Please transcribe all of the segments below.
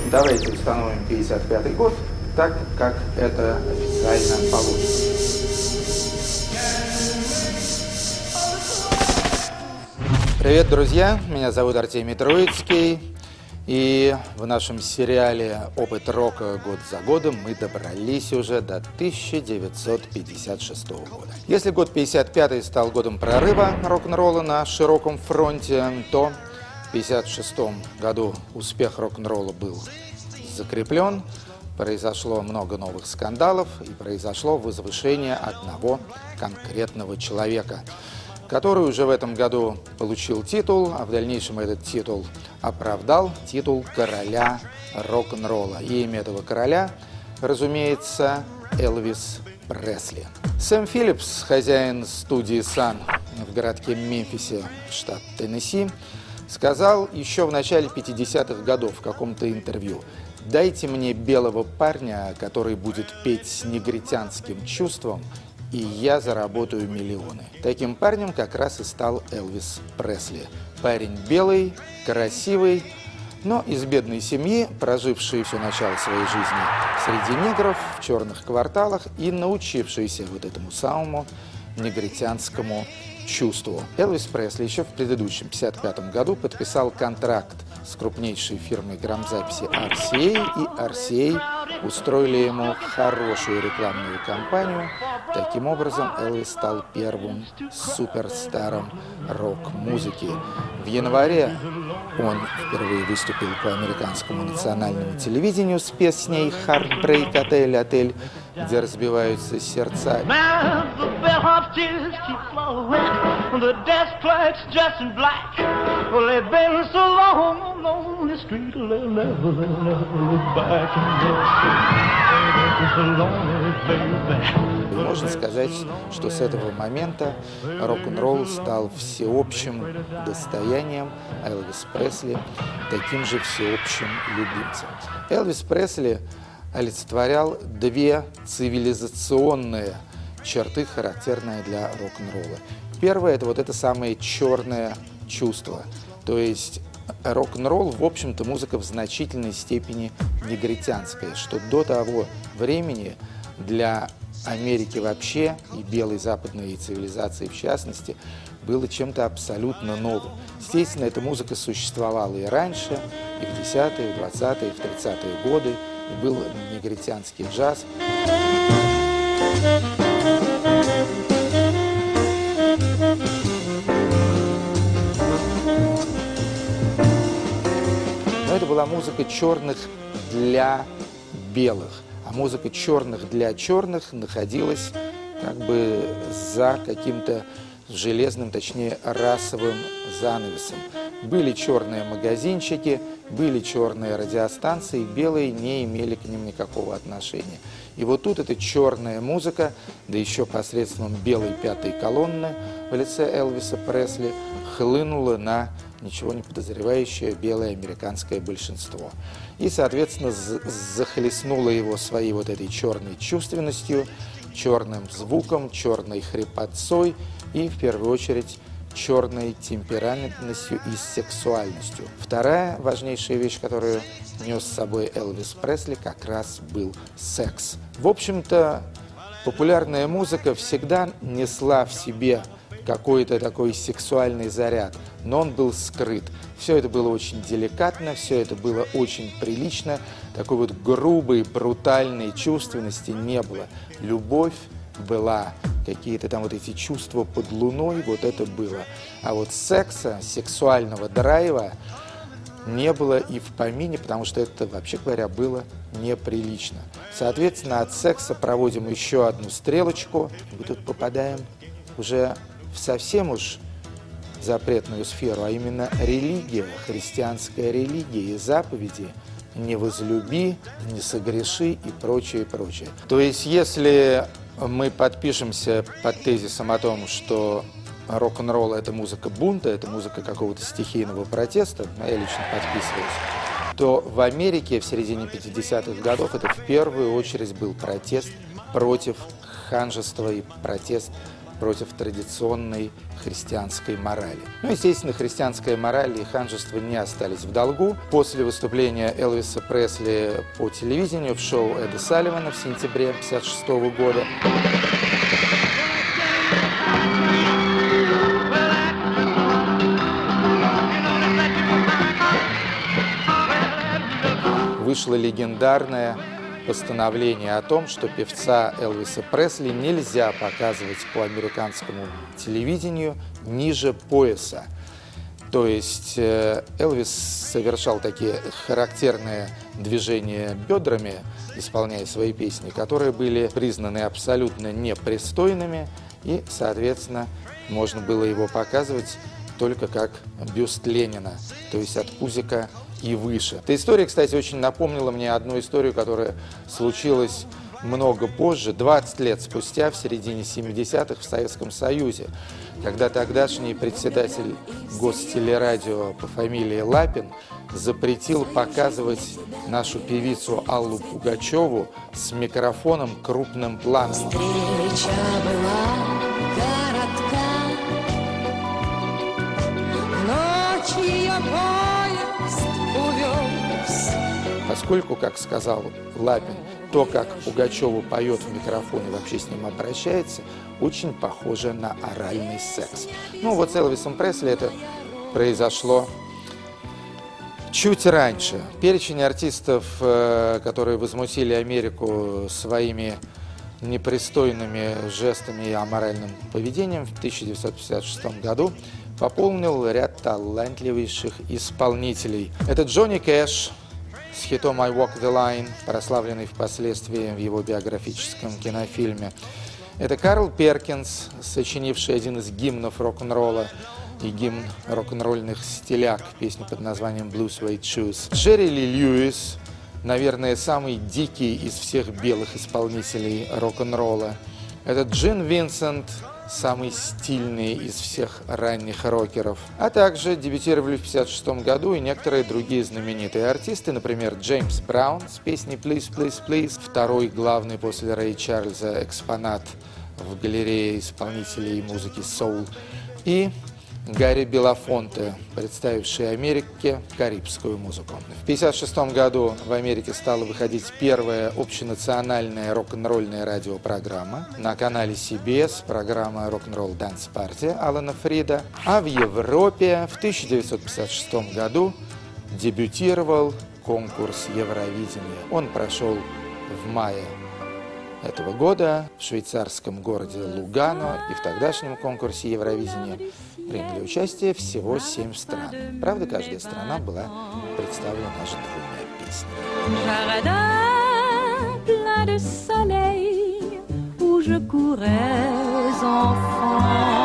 Давайте установим 55 год, так как это официально положено. Привет, друзья! Меня зовут Артемий Троицкий. И в нашем сериале «Опыт рока год за годом» мы добрались уже до 1956 года. Если год 55 стал годом прорыва рок-н-ролла на широком фронте, то в 1956 году успех рок-н-ролла был закреплен, произошло много новых скандалов и произошло возвышение одного конкретного человека, который уже в этом году получил титул, а в дальнейшем этот титул оправдал, титул короля рок-н-ролла. И имя этого короля, разумеется, Элвис Пресли. Сэм Филлипс, хозяин студии Sun в городке Мемфисе, штат Теннесси, сказал еще в начале 50-х годов в каком-то интервью: «Дайте мне белого парня, который будет петь с негритянским чувством, и я заработаю миллионы». Таким парнем как раз и стал Элвис Пресли. Парень белый, красивый, но из бедной семьи, проживший все начало своей жизни среди негров, в черных кварталах и научившийся вот этому самому негритянскому чувству. Элвис Пресли еще в предыдущем, 1955 году, подписал контракт с крупнейшей фирмой грамзаписи RCA, и RCA устроили ему хорошую рекламную кампанию. Таким образом, Элвис стал первым суперстаром рок-музыки. В январе он впервые выступил по американскому национальному телевидению с песней «Heartbreak Hotel, Отель», где разбиваются сердца. И можно сказать, что с этого момента рок-н-ролл стал всеобщим достоянием, а Элвис Пресли таким же всеобщим любимцем. Элвис Пресли олицетворял две цивилизационные черты, характерные для рок-н-ролла. Первое – это вот это самое черное чувство, то есть рок-н-ролл, в общем-то, музыка в значительной степени негритянская, что до того времени для Америки вообще и белой западной цивилизации в частности было чем-то абсолютно новым. Естественно, эта музыка существовала и раньше, и в 10-е, и в 20-е, и в 30-е годы, и был негритянский джаз. Но это была музыка черных для белых. А музыка черных для черных находилась как бы за каким-то железным, точнее, расовым занавесом. Были черные магазинчики, были черные радиостанции, белые не имели к ним никакого отношения. И вот тут эта черная музыка, да еще посредством белой пятой колонны в лице Элвиса Пресли, хлынула на ничего не подозревающее белое американское большинство. И, соответственно, захлестнула его своей вот этой черной чувственностью, черным звуком, черной хрипотцой и, в первую очередь, черной темпераментностью и сексуальностью. Вторая важнейшая вещь, которую нес с собой Элвис Пресли, как раз был секс. В общем-то, популярная музыка всегда несла в себе какой-то такой сексуальный заряд, но он был скрыт. Все это было очень деликатно, все это было очень прилично, такой вот грубой, брутальной чувственности не было. Любовь была, какие-то там вот эти чувства под луной, вот это было. А вот секса, сексуального драйва не было и в помине, потому что это, вообще говоря, было неприлично. Соответственно, от секса проводим еще одну стрелочку, и мы тут попадаем уже в совсем уж запретную сферу, а именно религия, христианская религия и заповеди «не возлюби, не согреши» и прочее, прочее. То есть, если мы подпишемся под тезисом о том, что рок-н-ролл – это музыка бунта, это музыка какого-то стихийного протеста, а я лично подписываюсь, то в Америке в середине 50-х годов это в первую очередь был протест против ханжества и протест против традиционной христианской морали. Ну, естественно, христианская мораль и ханжество не остались в долгу. После выступления Элвиса Пресли по телевидению в шоу Эда Салливана в сентябре 1956 года вышло легендарное постановление о том, что певца Элвиса Пресли нельзя показывать по американскому телевидению ниже пояса. То есть Элвис совершал такие характерные движения бедрами, исполняя свои песни, которые были признаны абсолютно непристойными, и, соответственно, можно было его показывать только как бюст Ленина, то есть от пузика и выше. Эта история, кстати, очень напомнила мне одну историю, которая случилась много позже, 20 лет спустя, в середине 70-х в Советском Союзе, когда тогдашний председатель Гостелерадио по фамилии Лапин запретил показывать нашу певицу Аллу Пугачеву с микрофоном крупным планом. Встреча была коротка, ночью поезд увез. Поскольку, как сказал Лапин, то, как Пугачева поет в микрофон и вообще с ним обращается, очень похоже на оральный секс. Ну вот с Элвисом Пресли это произошло чуть раньше. Перечень артистов, которые возмутили Америку своими непристойными жестами и аморальным поведением, в 1956 году пополнил ряд талантливейших исполнителей. Это Джонни Кэш с хитом «I Walk the Line», прославленный впоследствии в его биографическом кинофильме. Это Карл Перкинс, сочинивший один из гимнов рок-н-ролла и гимн рок-н-ролльных стиляк, песню под названием «Blue Suede Shoes». Джерри Ли Льюис, наверное, самый дикий из всех белых исполнителей рок-н-ролла. Это Джин Винсент, самый стильный из всех ранних рокеров. А также дебютировали в 1956 году и некоторые другие знаменитые артисты, например, Джеймс Браун с песней «Please, Please, Please», второй главный после Рэя Чарльза экспонат в галерее исполнителей музыки соул, и Гарри Белафонте, представивший Америке карибскую музыку. В 1956 году в Америке стала выходить первая общенациональная рок-н-ролльная радиопрограмма на канале CBS, программа «Рок-н-ролл Dance Party» Алана Фрида. А в Европе в 1956 году дебютировал конкурс Евровидения. Он прошел в мае этого года в швейцарском городе Лугано, и в тогдашнем конкурсе Евровидения приняли участие всего 7 стран. Правда, каждая страна была представлена аж 2 песнями. Jardin plein de soleil où je courais enfant.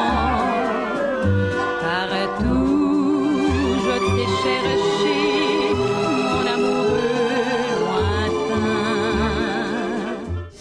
Partout je t'ai cherché, mon amoureux lointain.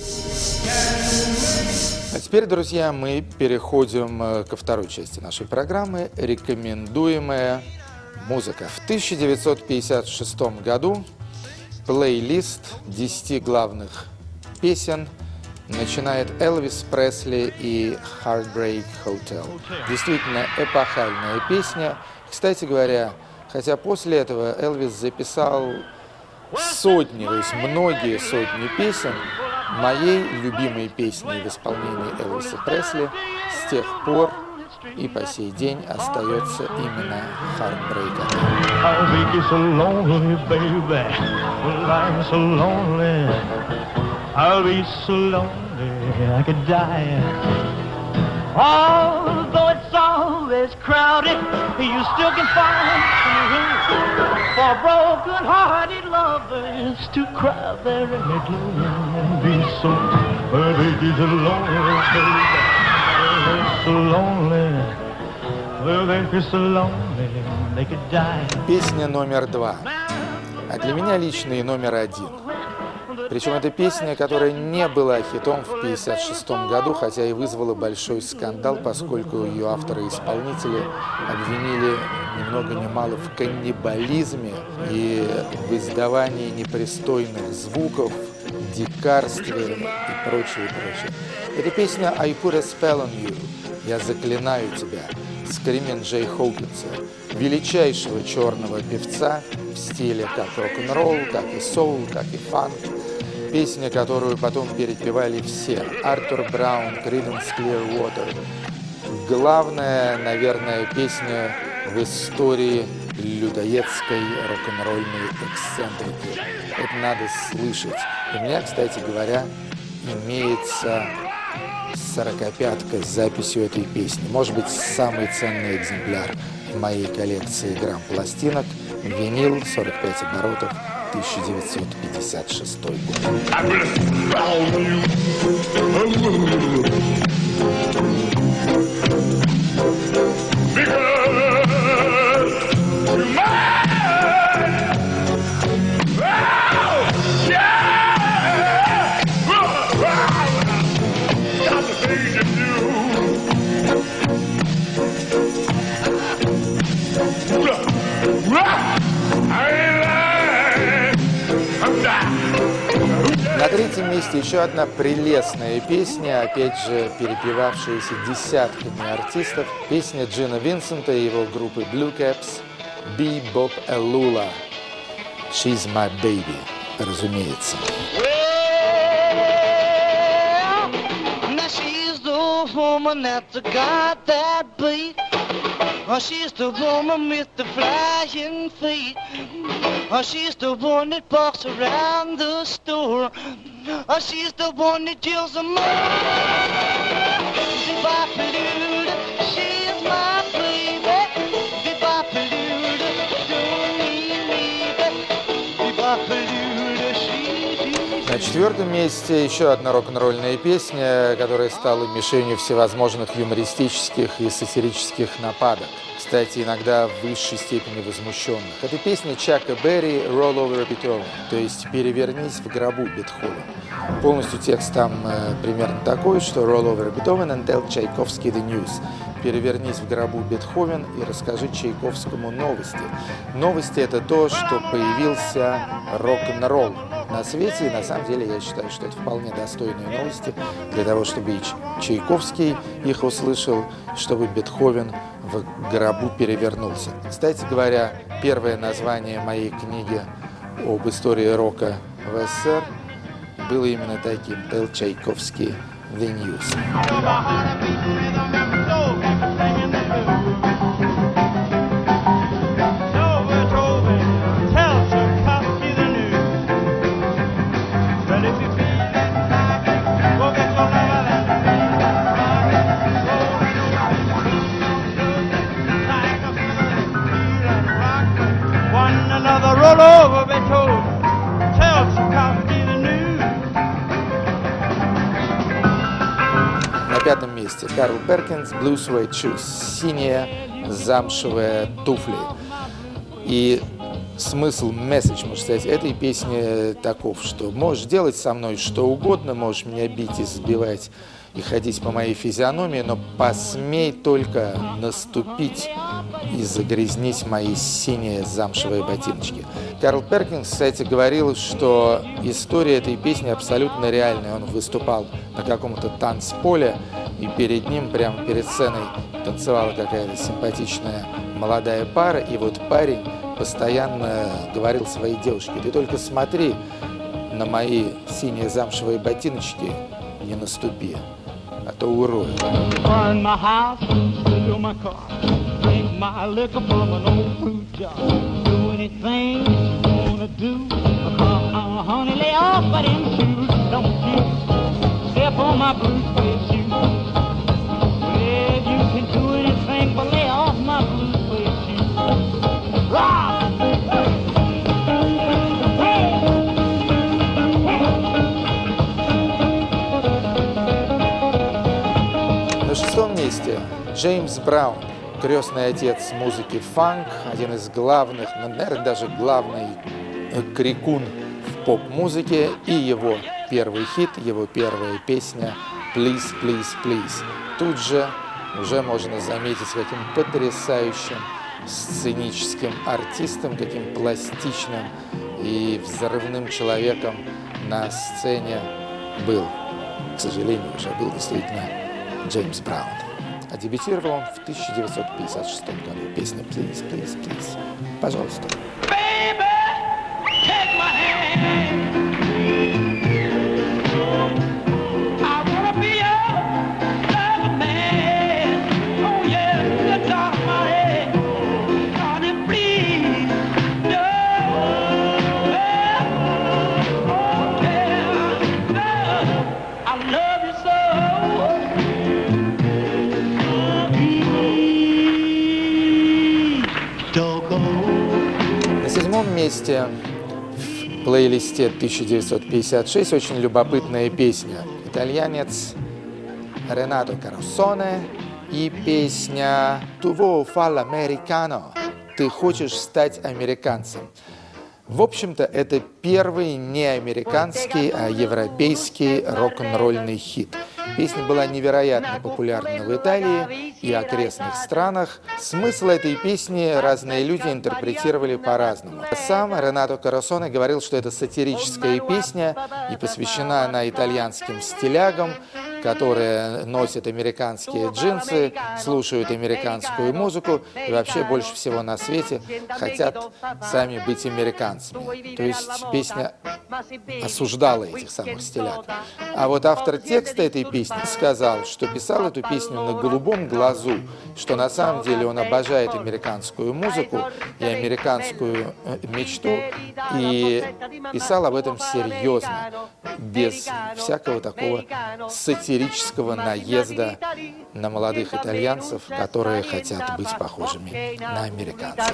А теперь, друзья, мы переходим ко второй части нашей программы «Рекомендуемая музыка». В 1956 году плейлист 10 главных песен начинает Элвис Пресли и Heartbreak Hotel. Действительно эпохальная песня. Кстати говоря, хотя после этого Элвис записал сотни, то есть многие сотни песен, моей любимой песней в исполнении Элвиса Пресли с тех пор и по сей день остается именно Heartbreak Hotel. I'll make you so lonely, baby. I'm so lonely. I'll be so lonely I could die. Although it's always crowded, you still can find some room for broken-hearted lovers to cry there and be so. I'll make you so lonely, baby. I'm so lonely. Well, they're so lonely they could die. Песня номер 2, а для меня лично и номер 1. Причем это песня, которая не была хитом в 1956 году, хотя и вызвала большой скандал, поскольку ее авторы и исполнители обвинили ни много ни мало в каннибализме и в издавании непристойных звуков, дикарстве и прочее, прочее. Это песня «I Put a Spell on You». я заклинаю тебя. Скримен Джей Хоукинса, величайшего черного певца в стиле как рок-н-ролл, так и соул, так и фанк. Песня, которую потом перепевали все. Артур Браун, Creedence Clearwater. Главная, наверное, песня в истории людоедской рок-н-ролльной эксцентрики. Это надо слышать. У меня, кстати говоря, имеется 45-ка с записью этой песни. Может быть, самый ценный экземпляр в моей коллекции грамм-пластинок. Винил, 45 оборотов, 1956 год. На третьем месте еще одна прелестная песня, опять же перепевавшаяся десятками артистов. Песня Джина Винсента и его группы Blue Caps «Bebop Elula». «She's my baby», разумеется. Woman that's got that beat. She's the woman with the flying feet. She's the one that walks around the store. She's the one that yells a she's my baby. На четвертом месте еще одна рок-н-ролльная песня, которая стала мишенью всевозможных юмористических и сатирических нападок. Кстати, иногда в высшей степени возмущенных. Это песня Чака Берри «Roll over Beethoven», то есть «Перевернись в гробу, Бетховен». Полностью текст там примерно такой, что «Roll over Beethoven and tell Tchaikovsky the news». «Перевернись в гробу, Бетховен, и расскажи Чайковскому новости». Новости – это то, что появился рок-н-ролл на свете, и на самом деле я считаю, что это вполне достойные новости для того, чтобы и Чайковский их услышал, чтобы Бетховен в гробу перевернулся. Кстати говоря, первое название моей книги об истории рока в СССР было именно таким: «Tell Tchaikovsky the news». На пятом месте Карл Перкинс «Blue Suede Shoes», синие замшевые туфли. И смысл, месседж, можно сказать, этой песни таков, что можешь делать со мной что угодно, можешь меня бить и сбивать и ходить по моей физиономии, но посмей только наступить и загрязнить мои синие замшевые ботиночки. Карл Перкинс, кстати, говорил, что история этой песни абсолютно реальная. Он выступал на каком-то танцполе, и перед ним, прямо перед сценой, танцевала какая-то симпатичная молодая пара, и вот парень постоянно говорил своей девушке: ты только смотри на мои синие замшевые ботиночки, не наступи, а то урою. На шестом месте Джеймс Браун, крестный отец музыки фанк, один из главных, наверное, даже главный крикун в поп-музыке, и его первый хит, его первая песня «Please, please, please». Тут же уже можно заметить, каким потрясающим сценическим артистом, каким пластичным и взрывным человеком на сцене был, к сожалению, уже был действительно Джеймс Браун. А дебютировал он в 1956 году. Песня «Please, please, please». Пожалуйста. Baby, take my hand. I wanna be your lover man. Oh yeah, you talk my head. Honey, please, no. Oh yeah, I love you so. Don't go. На седьмом месте в плейлисте 1956 очень любопытная песня. Итальянец Ренато Каросоне и песня «Tu vuoi fare l'americano» – «Ты хочешь стать американцем». В общем-то, это первый не американский, а европейский рок-н-ролльный хит. Песня была невероятно популярна в Италии и окрестных странах. Смысл этой песни разные люди интерпретировали по-разному. Сам Ренато Каросоне говорил, что это сатирическая песня, и посвящена она итальянским стилягам, которые носят американские джинсы, слушают американскую музыку и вообще больше всего на свете хотят сами быть американцами. То есть песня осуждала этих самых стиляг. А вот автор текста этой песни сказал, что писал эту песню на голубом глазу, что на самом деле он обожает американскую музыку и американскую мечту, и писал об этом серьезно, без всякого такого сатирического наезда на молодых итальянцев, которые хотят быть похожими на американцев.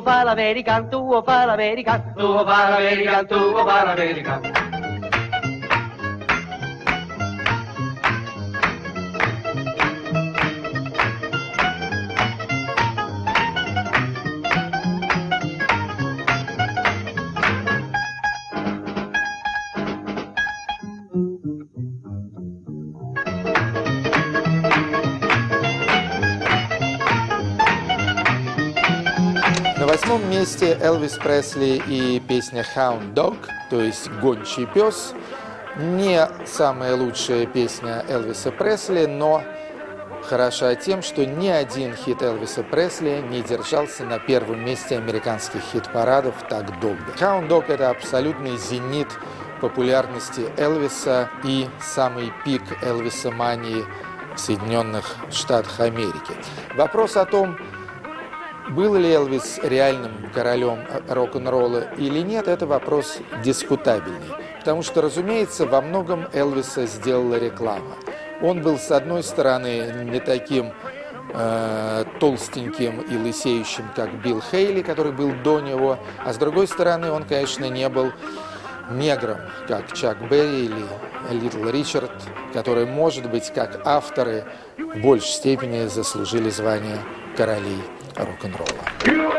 На восьмом месте Элвис Пресли и песня «Hound Dog», то есть «Гончий пес». Не самая лучшая песня Элвиса Пресли, но хороша тем, что ни один хит Элвиса Пресли не держался на первом месте американских хит-парадов так долго. «Hound Dog» — это абсолютный зенит популярности Элвиса и самый пик Элвиса-мании в Соединенных Штатах Америки. Вопрос о том, был ли Элвис реальным королем рок-н-ролла или нет, это вопрос дискутабельный. Потому что, разумеется, во многом Элвиса сделала реклама. Он был, с одной стороны, не таким толстеньким и лысеющим, как Билл Хейли, который был до него, а с другой стороны, он, конечно, не был негром, как Чак Берри или Литл Ричард, которые, может быть, как авторы, в большей степени заслужили звание королей рок-н-ролла.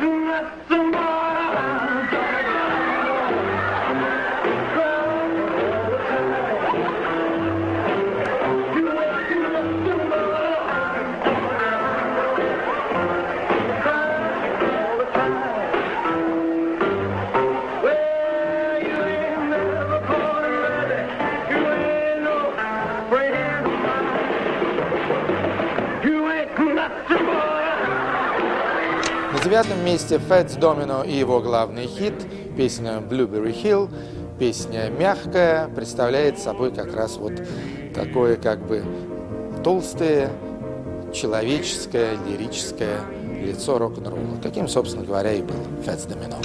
На девятом месте Фэтс Домино и его главный хит, песня «Blueberry Hill». Песня мягкая, представляет собой как раз вот такое как бы толстое, человеческое, лирическое лицо рок-н-ролла. Таким, собственно говоря, и был Фэтс Домино.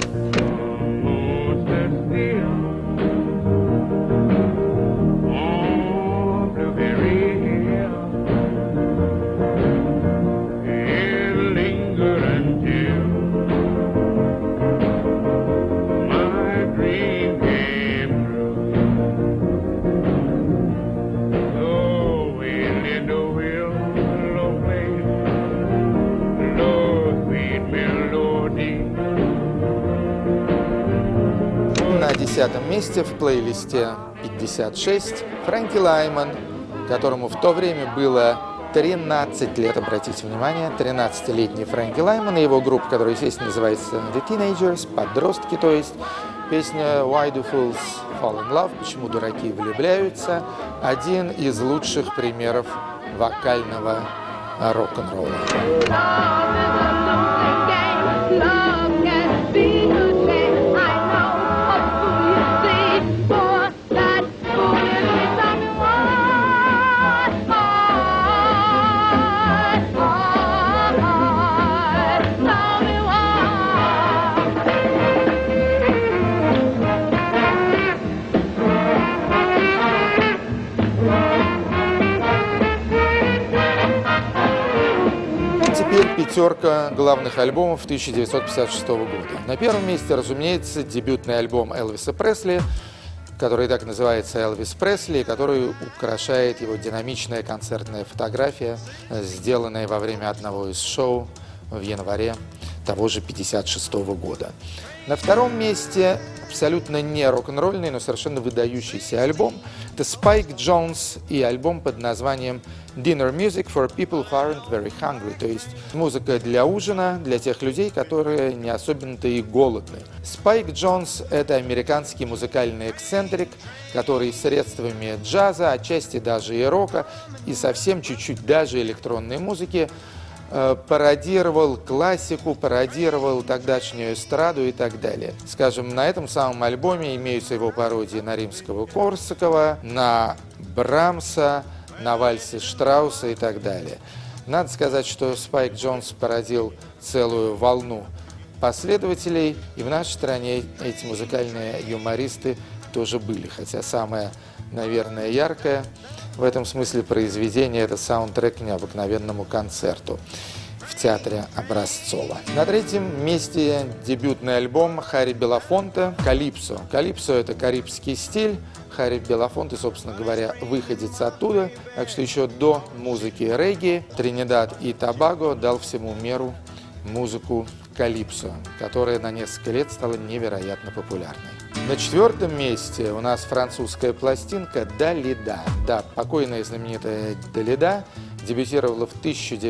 На десятом месте в плейлисте 56 Фрэнки Лайман, которому в то время было 13 лет, обратите внимание, 13-летний Фрэнки Лайман и его группа, которая, естественно, называется The Teenagers, подростки, то есть песня Why Do Fools Fall in Love, почему дураки влюбляются, один из лучших примеров вокального рок-н-ролла. Теперь пятерка главных альбомов 1956 года. На первом месте, разумеется, дебютный альбом Элвиса Пресли, который так называется «Элвис Пресли», который украшает его динамичная концертная фотография, сделанная во время одного из шоу в январе того же 1956 года. На втором месте абсолютно не рок-н-ролльный, но совершенно выдающийся альбом. Это Spike Jones и альбом под названием Dinner Music for People Who Aren't Very Hungry, то есть музыка для ужина, для тех людей, которые не особенно-то и голодны. Spike Jones – это американский музыкальный эксцентрик, который средствами джаза, отчасти даже и рока, и совсем чуть-чуть даже электронной музыки пародировал классику, пародировал тогдашнюю эстраду и так далее. Скажем, на этом самом альбоме имеются его пародии на Римского-Корсакова, на Брамса, на вальсы Штрауса и так далее. Надо сказать, что Спайк Джонс породил целую волну последователей, и в нашей стране эти музыкальные юмористы тоже были, хотя самое, наверное, яркое в этом смысле произведение – это саундтрек к необыкновенному концерту в театре Образцова. На третьем месте дебютный альбом Харри Белофонте «Калипсо». «Калипсо» – это карибский стиль. Харри Белофонте, собственно говоря, выходец оттуда. Так что еще до музыки регги Тринидад и Тобаго дал всему миру музыку калипсо, которая на несколько лет стала невероятно популярной. На четвертом месте у нас французская пластинка «Далида». Да, покойная знаменитая Далида дебютировала в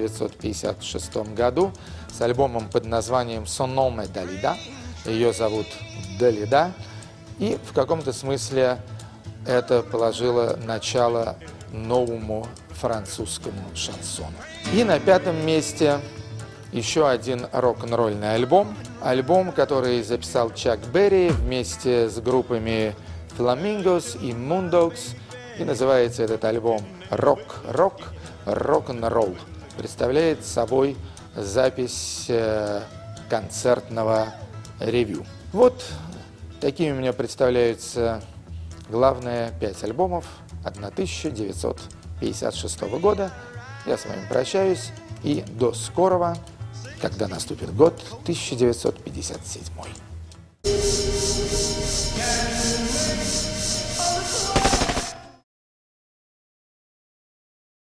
1956 году с альбомом под названием «Son nom est Dalida». Ее зовут Далида. И в каком-то смысле это положило начало новому французскому шансону. И на пятом месте еще один рок-н-ролльный альбом. Альбом, который записал Чак Берри вместе с группами Flamingos и Moondogs. И называется этот альбом «Рок-н-ролл». Представляет собой запись концертного ревью. Вот такими мне представляются главные 5 альбомов 1956 года. Я с вами прощаюсь и до скорого, когда наступит год 1957.